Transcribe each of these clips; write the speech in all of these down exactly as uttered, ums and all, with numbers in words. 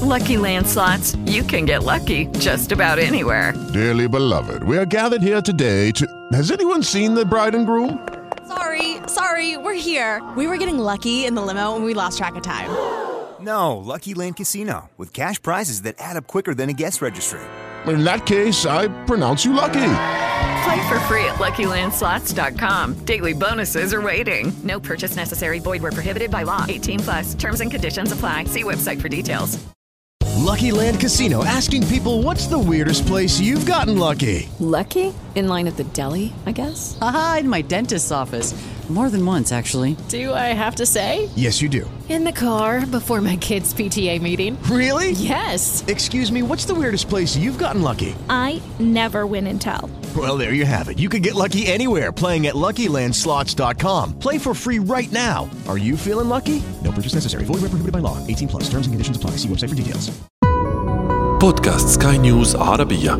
Lucky Land Slots, you can get lucky just about anywhere. Dearly beloved, we are gathered here today to... Has anyone seen the bride and groom? Sorry, sorry, we're here. We were getting lucky in the limo and we lost track of time. No, Lucky Land Casino, with cash prizes that add up quicker than a guest registry. In that case, I pronounce you lucky. Play for free at lucky land slots dot com. Daily bonuses are waiting. No purchase necessary. Void where prohibited by law. eighteen plus. Terms and conditions apply. See website for details. Lucky Land Casino, asking people, what's the weirdest place you've gotten lucky? Lucky? In line at the deli, I guess? Aha, in my dentist's office. More than once, actually. Do I have to say? Yes, you do. In the car before my kids' P T A meeting. Really? Yes. Excuse me, what's the weirdest place you've gotten lucky? I never win and tell. Well, there you have it. You can get lucky anywhere, playing at lucky land slots dot com. Play for free right now. Are you feeling lucky? No purchase necessary. Void where prohibited by law. eighteen plus. Terms and conditions apply. See website for details. بودكاست سكاي نيوز عربية.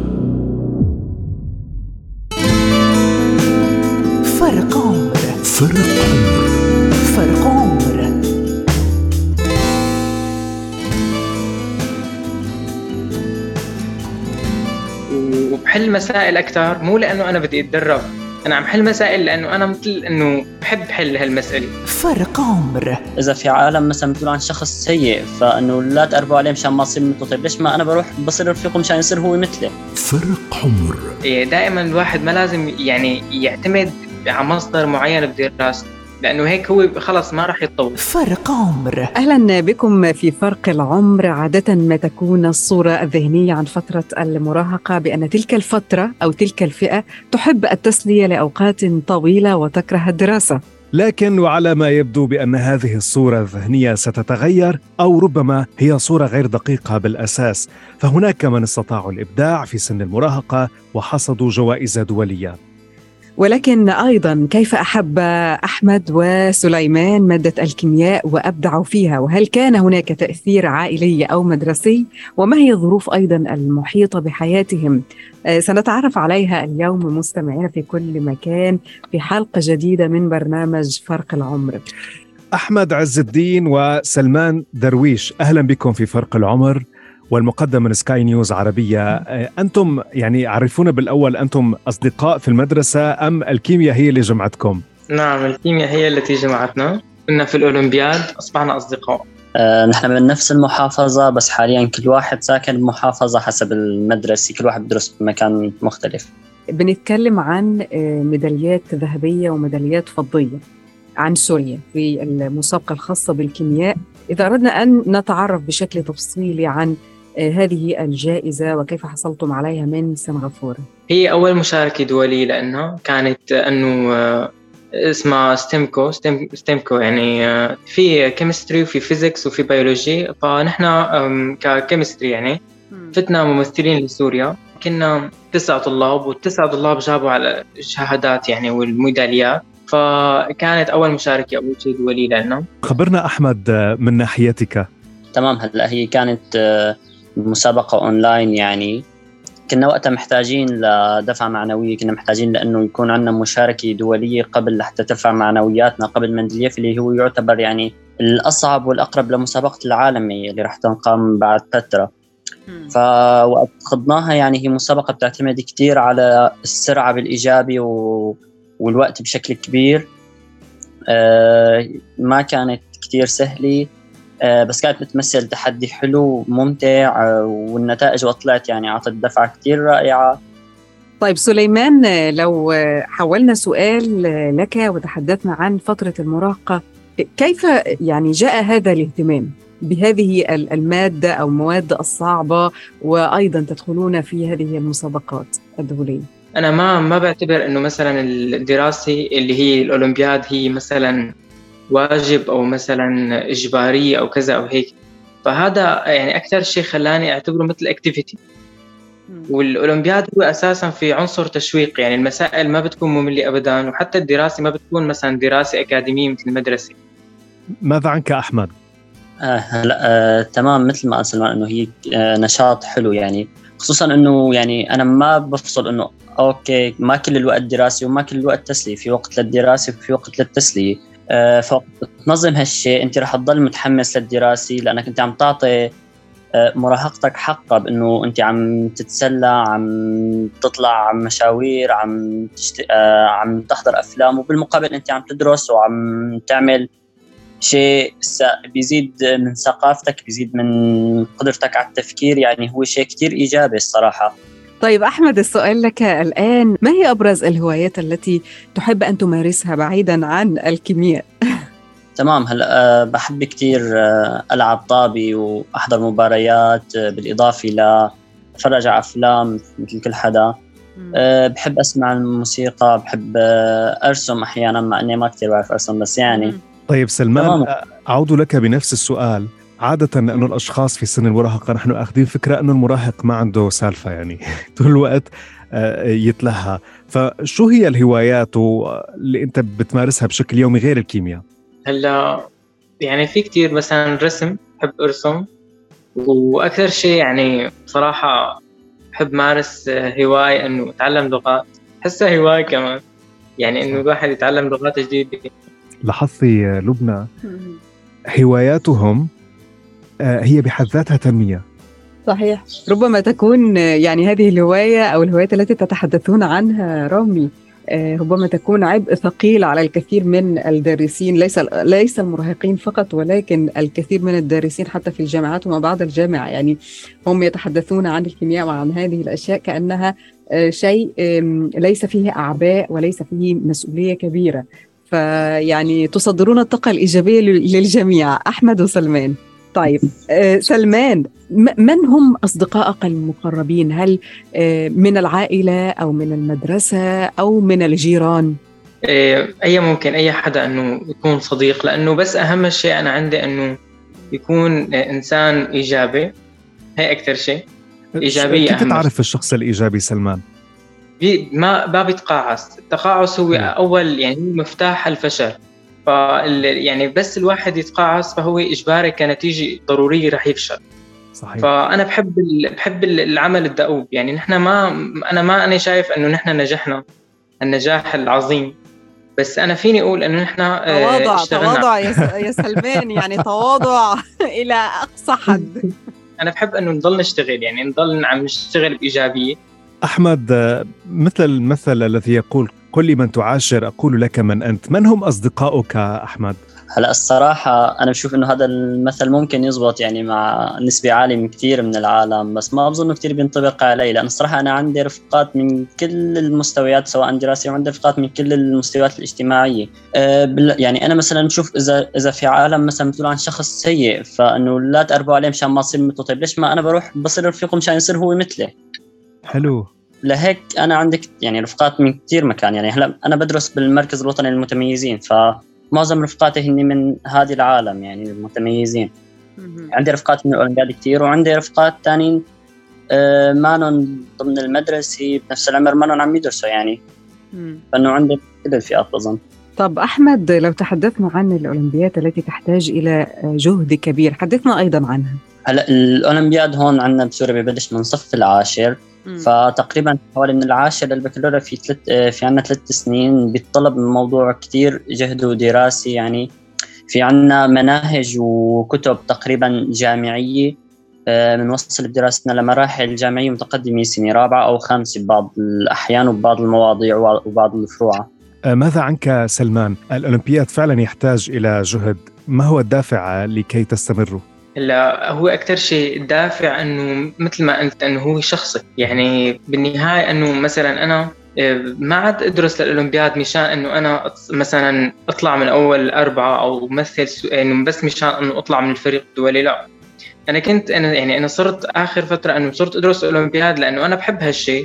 فرق عمر. فرق عمر. فرق عمر. وبحل مسائل أكتر، مو لأنه أنا بدي أتدرب، أنا عم حل مسائل لأنه أنا مثل إنه بحب حل هالمسألة. فرق عمر. إذا في عالم مثلا بتقول عن شخص سيء فإنه لا تقربوا عليه مشان ما تصير مثله، طيب ليش ما أنا بروح بصير رفيقه مشان يصير هو مثله؟ فرق عمر. إيه، دائما الواحد ما لازم يعني يعتمد على مصدر معين بدراسته، لأنه هيك هو خلص ما راح يتطور. فرق عمر. أهلا بكم في فرق العمر. عادة ما تكون الصورة الذهنية عن فترة المراهقة بأن تلك الفترة أو تلك الفئة تحب التسلية لأوقات طويلة وتكره الدراسة، لكن وعلى ما يبدو بأن هذه الصورة الذهنية ستتغير، أو ربما هي صورة غير دقيقة بالأساس. فهناك من استطاعوا الإبداع في سن المراهقة وحصدوا جوائز دولية. ولكن أيضاً كيف أحب أحمد وسليمان مادة الكيمياء وأبدعوا فيها؟ وهل كان هناك تأثير عائلي أو مدرسي؟ وما هي الظروف أيضاً المحيطة بحياتهم؟ سنتعرف عليها اليوم مستمعين في كل مكان في حلقة جديدة من برنامج فرق العمر. أحمد عز الدين وسلمان درويش، أهلا بكم في فرق العمر والمقدم من سكاي نيوز عربية. أنتم يعني عرفونا بالأول، أنتم أصدقاء في المدرسة أم الكيمياء هي اللي جمعتكم؟ نعم، الكيمياء هي التي جمعتنا، كنا في الأولمبياد أصبحنا أصدقاء. أه نحن من نفس المحافظة، بس حاليا كل واحد ساكن بمحافظة حسب المدرسة، كل واحد بدرس بمكان مختلف. بنتكلم عن ميداليات ذهبية وميداليات فضية عن سوريا في المسابقة الخاصة بالكيمياء. إذا أردنا أن نتعرف بشكل تفصيلي عن هذه الجائزة وكيف حصلتم عليها من سنغافورة. هي أول مشاركة دولية لأنها كانت أنه اسمها ستيمكو ستيمكو يعني في كيمستري وفي فيزيكس وفي بيولوجي. فنحن ككيمستري يعني فتنا ممثلين لسوريا، كنا تسعة طلاب والتسعة طلاب جابوا على الشهادات يعني والميداليات، فكانت أول مشاركة أول شيء دولي لنا. خبرنا أحمد من ناحيتك. تمام، هلأ هي كانت مسابقة أونلاين، يعني كنا وقتها محتاجين لدفع معنوية، كنا محتاجين لأنه يكون عندنا مشاركة دولية قبل لحتى ترفع معنوياتنا قبل مندليف، اللي هو يعتبر يعني الأصعب والأقرب لمسابقة العالمية اللي راح تنقام بعد فترة. فوقت خضناها يعني هي مسابقة بتعتمد كتير على السرعة بالإيجابي و... والوقت بشكل كبير. آه ما كانت كتير سهلة، آه بس كانت بتمثل تحدي حلو ممتع، آه والنتائج وطلعت يعني عطت دفعة كتير رائعة. طيب سليمان، لو حولنا سؤال لك وتحدثنا عن فترة المراهقة، كيف يعني جاء هذا الاهتمام بهذه المادة أو المواد الصعبة وأيضا تدخلون في هذه المسابقات الدولية؟ أنا ما ما بعتبر إنه مثلا الدراسة اللي هي الأولمبياد هي مثلا واجب أو مثلا إجبارية أو كذا أو هيك، فهذا يعني أكثر شيء خلاني أعتبره مثل أكتيفيتي. والأولمبياد هو أساسا في عنصر تشويق، يعني المسائل ما بتكون مملة أبدا، وحتى الدراسة ما بتكون مثلا دراسة أكاديمية مثل المدرسة. ماذا عنك أحمد؟ آه لا آه تمام، مثل ما قلت إنه هي آه نشاط حلو، يعني خصوصا إنه يعني أنا ما بفصل إنه أوكي ما كل الوقت دراسي وما كل الوقت تسلية، في وقت للدراسة وفي وقت للتسلية. آه فتنظم هالشيء أنت رح تضل متحمس للدراسة لأنك أنت عم تعطي مراهقتك حقة بأنه أنت عم تتسلى، عم تطلع عم مشاوير، عم تشت... عم تحضر أفلام، وبالمقابل أنت عم تدرس وعم تعمل شيء بيزيد من ثقافتك، بيزيد من قدرتك على التفكير. يعني هو شيء كتير إيجابي الصراحة. طيب أحمد، السؤال لك الآن، ما هي أبرز الهوايات التي تحب أن تمارسها بعيداً عن الكيمياء؟ تمام. هلا أه بحب كتير أه ألعب طابي وأحضر مباريات، أه بالإضافة لأتفرج على أفلام مثل كل حدا. أه بحب أسمع الموسيقى، بحب أه أرسم أحياناً، مع أني ما كتير بعرف أرسم بس يعني. طيب سلمان، أعود لك بنفس السؤال. عادة أنه الأشخاص في سن المراهقة نحن أخذين فكرة أنه المراهق ما عنده سالفة، يعني طول الوقت يتلهى. فشو هي الهوايات اللي أنت بتمارسها بشكل يومي غير الكيمياء؟ هلا يعني في كتير، مثلا رسم، بحب أرسم. وأكثر شيء يعني بصراحة بحب مارس هواية أنه أتعلم لغات، حسها هواية كمان، يعني أنه الواحد يتعلم لغات جديدة. لاحظتي لبنى هواياتهم هي بحد ذاتها تنمية. صحيح. ربما تكون يعني هذه الهواية أو الهوايات التي تتحدثون عنها رامي ربما تكون عبء ثقيل على الكثير من الدارسين، ليس ليس المراهقين فقط، ولكن الكثير من الدارسين حتى في الجامعات وما بعد الجامعة. يعني هم يتحدثون عن الكيمياء وعن هذه الأشياء كأنها شيء ليس فيه أعباء وليس فيه مسؤولية كبيرة، فيعني تصدرون الطاقة الإيجابية للجميع. أحمد وسلمان. طيب سلمان، من هم أصدقائك المقربين؟ هل من العائلة أو من المدرسة أو من الجيران؟ أي ممكن أي حدا أنه يكون صديق، لأنه بس أهم شيء أنا عندي أنه يكون إنسان إيجابي. هي أكثر شيء إيجابية. كيف تعرف الشخص الإيجابي سلمان؟ ما ما بيتقاعس. التقاعس هو أول يعني مفتاح الفشل. ف يعني بس الواحد يتقاعس فهو إجباري كنتيجة ضرورية رح يفشل. صحيح. فأنا بحب بحب العمل الدؤوب. يعني نحن ما أنا ما أنا شايف إنه نحن نجحنا النجاح العظيم، بس أنا فيني أقول إنه نحن تواضع تواضع يا سلمان، يعني تواضع إلى أقصى حد. أنا بحب إنه نضل نشتغل، يعني نضل عم نشتغل بإيجابية. أحمد، مثل المثل الذي يقول قل لي من تعاشر أقول لك من أنت. من هم أصدقائك أحمد؟ هلا الصراحة أنا بشوف إنه هذا المثل ممكن يزبط يعني مع نسبة عالية من كثير من العالم، بس ما أظن كثير بينطبق علي، لأن الصراحة أنا عندي رفقات من كل المستويات سواء دراسية، وعندي رفقات من كل المستويات الاجتماعية. أه يعني أنا مثلا بشوف إذا إذا في عالم مثلا بتقول عن شخص سيء فإنه لا تقربوا عليه مشان ما تصير مثله. طيب ليش ما أنا بروح بصير رفيقه مشان يصير هو مثله؟ حلو. لهيك أنا عندك يعني رفقات من كتير مكان. يعني هلا أنا بدرس بالمركز الوطني للمتميزين، فمعظم رفقاتي هن من هذه العالم يعني المتميزين. عندي رفقات من الأولمبياد كتير، وعندي رفقات تانين آه مانن ضمن المدرسة بنفس العمر مانن عم يدرسوا يعني. فإنه عندي كل الفئات أظن. طب أحمد، لو تحدثنا عن الأولمبياد التي تحتاج إلى جهد كبير، حدثنا أيضا عنها. هلا الأولمبياد هون عندنا بسوريا ببلش من صف العاشر، فتقريبا حوالي من العاشر للبكالوريا في ثلاث في عنا ثلاث سنين. بيتطلب موضوع كتير جهد ودراسي. يعني في عنا مناهج وكتب تقريبا جامعية، بنوصل دراستنا لمراحل جامعية متقدمة سنة رابعة أو خامسة ببعض الأحيان وبعض المواضيع وبعض الفروع. ماذا عنك سلمان؟ الأولمبياد فعلا يحتاج إلى جهد، ما هو الدافع لكي تستمروا؟ لا، هو أكتر شيء الدافع أنه مثل ما أنت أنه هو شخصي. يعني بالنهاية أنه مثلا أنا ما عاد أدرس للأولمبياد مشان أنه أنا مثلا أطلع من أول أربعة أو مثل أنه بس مشان أنه أطلع من الفريق الدولي. لا، أنا كنت أنا يعني أنا صرت آخر فترة أنه صرت أدرس الأولمبياد لأنه أنا بحب هالشيء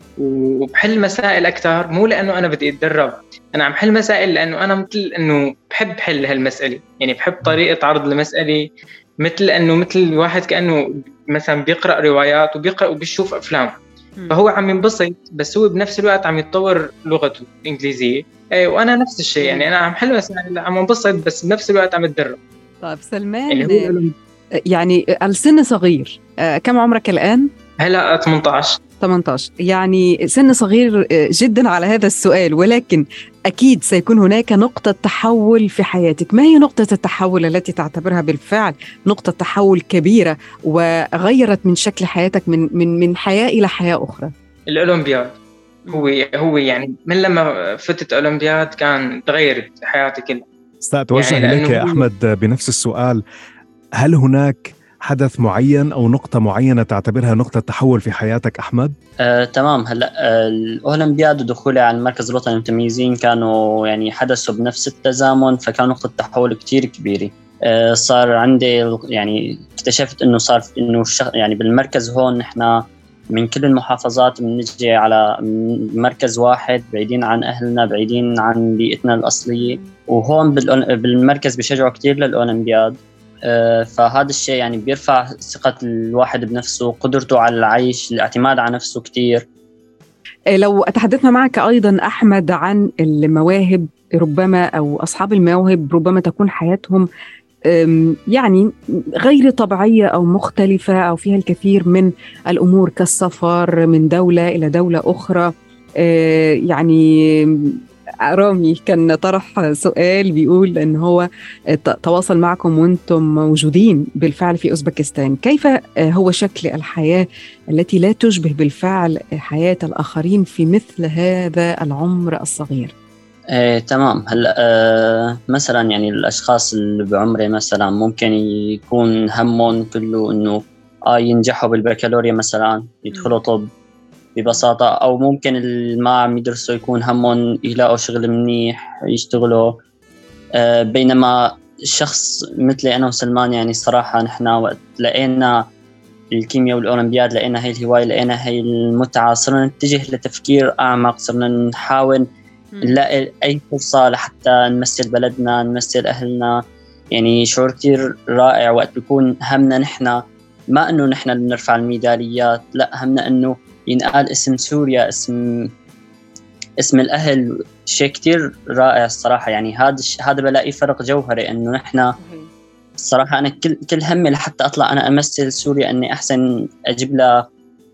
وبحل مسائل أكتر، مو لأنه أنا بدي أتدرب. أنا عم حل مسائل لأنه أنا مثل أنه بحب حل هالمسألة، يعني بحب طريقة عرض المسألة، مثل أنه مثل واحد كأنه مثلا بيقرأ روايات وبيقرأ وبيشوف أفلام، فهو عم ينبسط بس هو بنفس الوقت عم يتطور لغته الإنجليزية. أي وأنا نفس الشيء، يعني أنا عم حل مسائل عم انبسط بس بنفس الوقت عم أتدرب. طيب سلمان، يعني, يعني السن صغير، كم عمرك الآن؟ هلا ثمانية عشر. ثمانية عشر، يعني سن صغير جدا على هذا السؤال، ولكن أكيد سيكون هناك نقطة تحول في حياتك. ما هي نقطة التحول التي تعتبرها بالفعل نقطة تحول كبيرة وغيرت من شكل حياتك من من من حياة إلى حياة أخرى؟ الأولمبياد هو هو يعني من لما فتت أولمبياد كان تغيرت حياتي كلها. سأتوجه يعني إليك يا أحمد بنفس السؤال، هل هناك حدث معين أو نقطة معينة تعتبرها نقطة تحول في حياتك أحمد؟ آه، تمام. هلأ آه، الأولمبياد ودخولي على المركز الوطني للمتميزين كانوا يعني حدثوا بنفس التزامن، فكان نقطة تحول كتير كبيرة. آه، صار عندي يعني اكتشفت إنه صار إنه يعني بالمركز هون نحنا من كل المحافظات بنجي على مركز واحد، بعيدين عن أهلنا، بعيدين عن بيئتنا الأصلية، وهون بالمركز بيشجعوا كتير للأولمبياد. فهذا الشيء يعني بيرفع ثقة الواحد بنفسه، قدرته على العيش، الاعتماد على نفسه كتير. لو أتحدثنا معك أيضا أحمد عن المواهب، ربما أو أصحاب المواهب ربما تكون حياتهم يعني غير طبيعية أو مختلفة أو فيها الكثير من الأمور كالسفر من دولة إلى دولة أخرى. يعني رامي كان طرح سؤال بيقول أن هو تواصل معكم وأنتم موجودين بالفعل في أوزبكستان، كيف هو شكل الحياة التي لا تشبه بالفعل حياة الآخرين في مثل هذا العمر الصغير؟ إيه تمام. هلا آه مثلا يعني الأشخاص اللي بعمري مثلا ممكن يكون همهم كله إنه آه ينجحوا بالبكالوريا مثلا، يدخلوا طب ببساطة، أو ممكن اللي ما عم يدرسوا يكون همهم يلاقوا شغل منيح يشتغلوا. آه بينما شخص مثلي أنا وسلمان يعني صراحة نحن وقت لقينا الكيمياء والأولمبياد، لقينا هاي الهواية، لقينا هاي المتعة، صرنا نتجه لتفكير أعمق، صرنا نحاول نلاقي أي فرصة لحتى نمثل بلدنا، نمثل أهلنا. يعني شعور كتير رائع وقت بيكون همنا نحن ما أنه نحن نرفع الميداليات، لا همنا أنه ينقال اسم سوريا، اسم اسم الأهل. شيء كتير رائع الصراحة. يعني هذا هذا بلاقي فرق جوهري إنه نحن الصراحة أنا كل كل همي لحتى أطلع أنا أمثل سوريا إني أحسن أجيب لها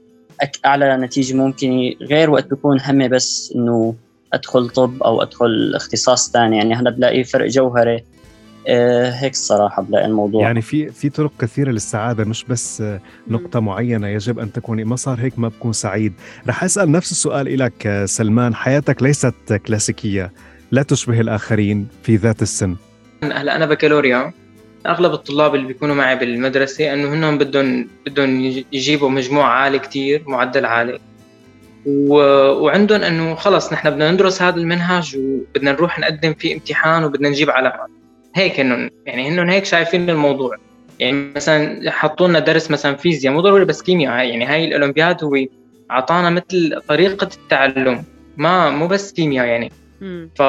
أعلى نتيجة ممكن، غير وقت بيكون همي بس إنه أدخل طب أو أدخل اختصاص ثاني. يعني هذا بلاقي فرق جوهري. آه هيك الصراحة بلاقي الموضوع يعني في في طرق كثيرة للسعادة، مش بس نقطة معينة يجب أن تكوني، ما صار هيك ما بكون سعيد. رح أسأل نفس السؤال لك سلمان، حياتك ليست كلاسيكية، لا تشبه الآخرين في ذات السن. هلا أنا بكالوريا، أغلب الطلاب اللي بيكونوا معي بالمدرسة أنه هنهم بدهم بدهم يجيبوا مجموع عالي كتير، معدل عالي، و... وعندهم أنه خلص نحن بدنا ندرس هذا المنهج وبدنا نروح نقدم فيه امتحان وبدنا نجيب علامات. هيك إنه يعني إنهم هيك شايفين الموضوع. يعني مثلا حطوا لنا درس مثلا فيزياء، مو ضروري بس كيمياء. يعني هاي الأولمبياد هو عطانا مثل طريقة التعلم، ما مو بس كيمياء يعني. ف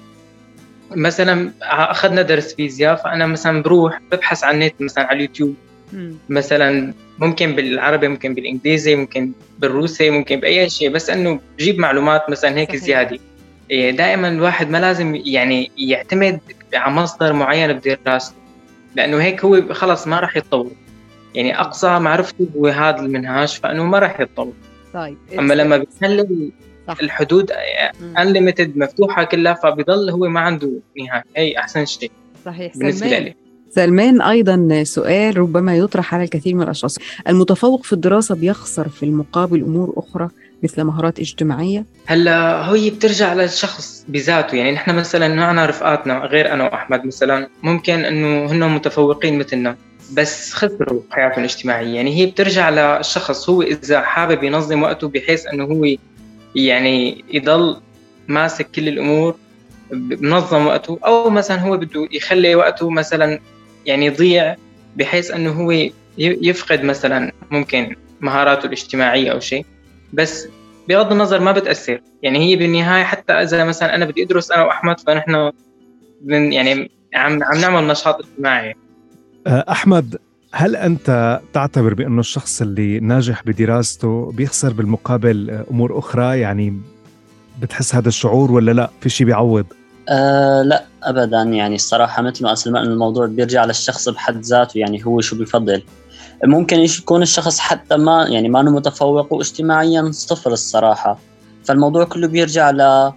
مثلا أخذنا درس فيزياء، فأنا مثلا بروح ببحث عن النت مثلا على اليوتيوب، مثلا ممكن بالعربي، ممكن بالإنجليزي، ممكن بالروسي، ممكن بأي شيء، بس إنه بجيب معلومات مثلا هيك زيادة. دائما الواحد ما لازم يعني يعتمد على مصدر معين بدراسته، لأنه هيك هو خلص ما راح يتطور. يعني أقصى معرفته هو هذا المنهاج، فإنه ما راح يتطور. طيب. أما لما بيخلي الحدود unlimited مفتوحة كلها، فبيضل هو ما عنده نهاية. هي أحسن شيء صحيح. بالنسبة لي. سلمان أيضا سؤال ربما يطرح على الكثير من الأشخاص، المتفوق في الدراسة بيخسر في المقابل أمور أخرى مثل مهارات اجتماعية؟ هلا هي بترجع للشخص بذاته. يعني نحن مثلا معنا رفقاتنا غير أنا وأحمد مثلا، ممكن أنه هن متفوقين مثلنا بس خسروا حياتهم الاجتماعية. يعني هي بترجع للشخص، هو إذا حابب ينظم وقته بحيث أنه هو يعني يضل ماسك كل الأمور، بنظم وقته، أو مثلا هو بده يخلي وقته مثلا يعني يضيع بحيث أنه هو يفقد مثلا ممكن مهاراته الاجتماعية أو شيء. بس بغض النظر ما بتأثر. يعني هي بالنهاية حتى إذا مثلا أنا بدي أدرس أنا وأحمد، فنحن يعني عم عم نعمل نشاط اجتماعي. أحمد، هل أنت تعتبر بأنه الشخص اللي ناجح بدراسته بيخسر بالمقابل أمور أخرى؟ يعني بتحس هذا الشعور ولا لا في شيء بيعوض؟ أه لا أبدا. يعني الصراحة مثل ما أسلم أن الموضوع بيرجع للشخص بحد ذاته، يعني هو شو بيفضل. ممكن يكون الشخص حتى ما يعني ما متفوق واجتماعيا صفر الصراحة. فالموضوع كله بيرجع ل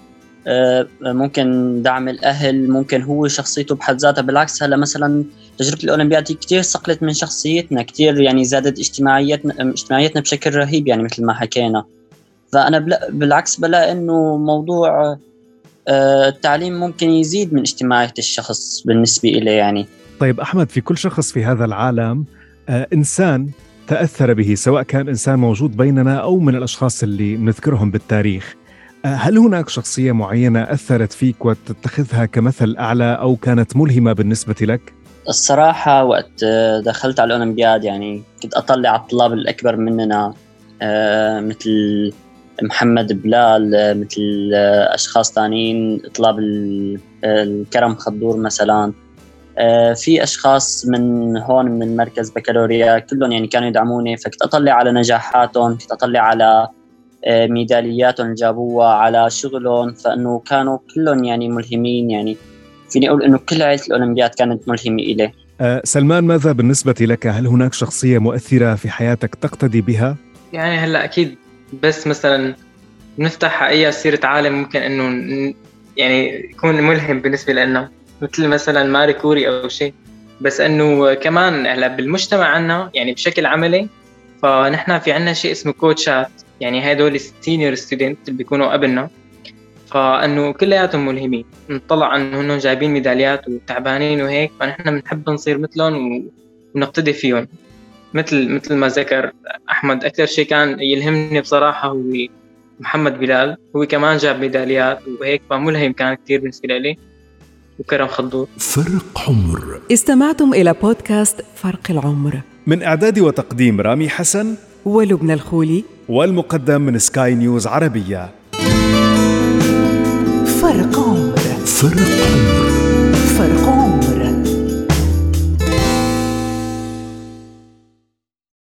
ممكن دعم الأهل، ممكن هو شخصيته بحد ذاتها. بالعكس هلا مثلا تجربة الأولمبياد كتير صقلت من شخصيتنا كتير، يعني زادت اجتماعيتنا اجتماعيتنا بشكل رهيب يعني مثل ما حكينا. فأنا بالعكس بلاقي إنه موضوع التعليم ممكن يزيد من اجتماعية الشخص بالنسبة إليه يعني. طيب أحمد، في كل شخص في هذا العالم إنسان تأثر به، سواء كان إنسان موجود بيننا أو من الأشخاص اللي نذكرهم بالتاريخ، هل هناك شخصية معينة أثرت فيك وتتخذها كمثل أعلى أو كانت ملهمة بالنسبة لك؟ الصراحة وقت دخلت على الأولمبياد يعني كنت أطلع على الطلاب الأكبر مننا مثل محمد بلال، مثل أشخاص تانيين طلاب الكرم خضور مثلا. في أشخاص من هون من المركز بكالوريا كلهم يعني كانوا يدعموني، فكنت أطلع على نجاحاتهم، كنت أطلع على ميدالياتهم اللي جابوها، على شغلهم، فإنه كانوا كلهم يعني ملهمين. يعني فيني أقول إنه كل عائلة الأولمبياد كانت ملهمة إليه. أه سلمان، ماذا بالنسبة لك؟ هل هناك شخصية مؤثرة في حياتك تقتدي بها؟ يعني هلأ أكيد، بس مثلا نفتح أي سيرة عالم ممكن إنه يعني يكون ملهم بالنسبة لنا، مثل مثلا ماري كوري أو شيء. بس إنه كمان هلأ بالمجتمع عنا يعني بشكل عملي، فنحن في عنا شيء اسمه كوتشات، يعني هدول السينيور ستودنت اللي بيكونوا قبلنا، فانه كلياتهم ملهمين. نطلع انهم جايبين ميداليات وتعبانين وهيك، فنحن بنحب نصير مثلهم ونقتدي فيهم. مثل مثل ما ذكر احمد، اكثر شيء كان يلهمني بصراحه هو محمد بلال، هو كمان جاب ميداليات وهيك، فملهم كان كثير بالنسبه لي، وكرم خضور. فرق عمر. استمعتم الى بودكاست فرق العمر من اعداد وتقديم رامي حسن ولبنى الخولي، والمقدم من سكاي نيوز عربية. فرق عمر. فرق عمر.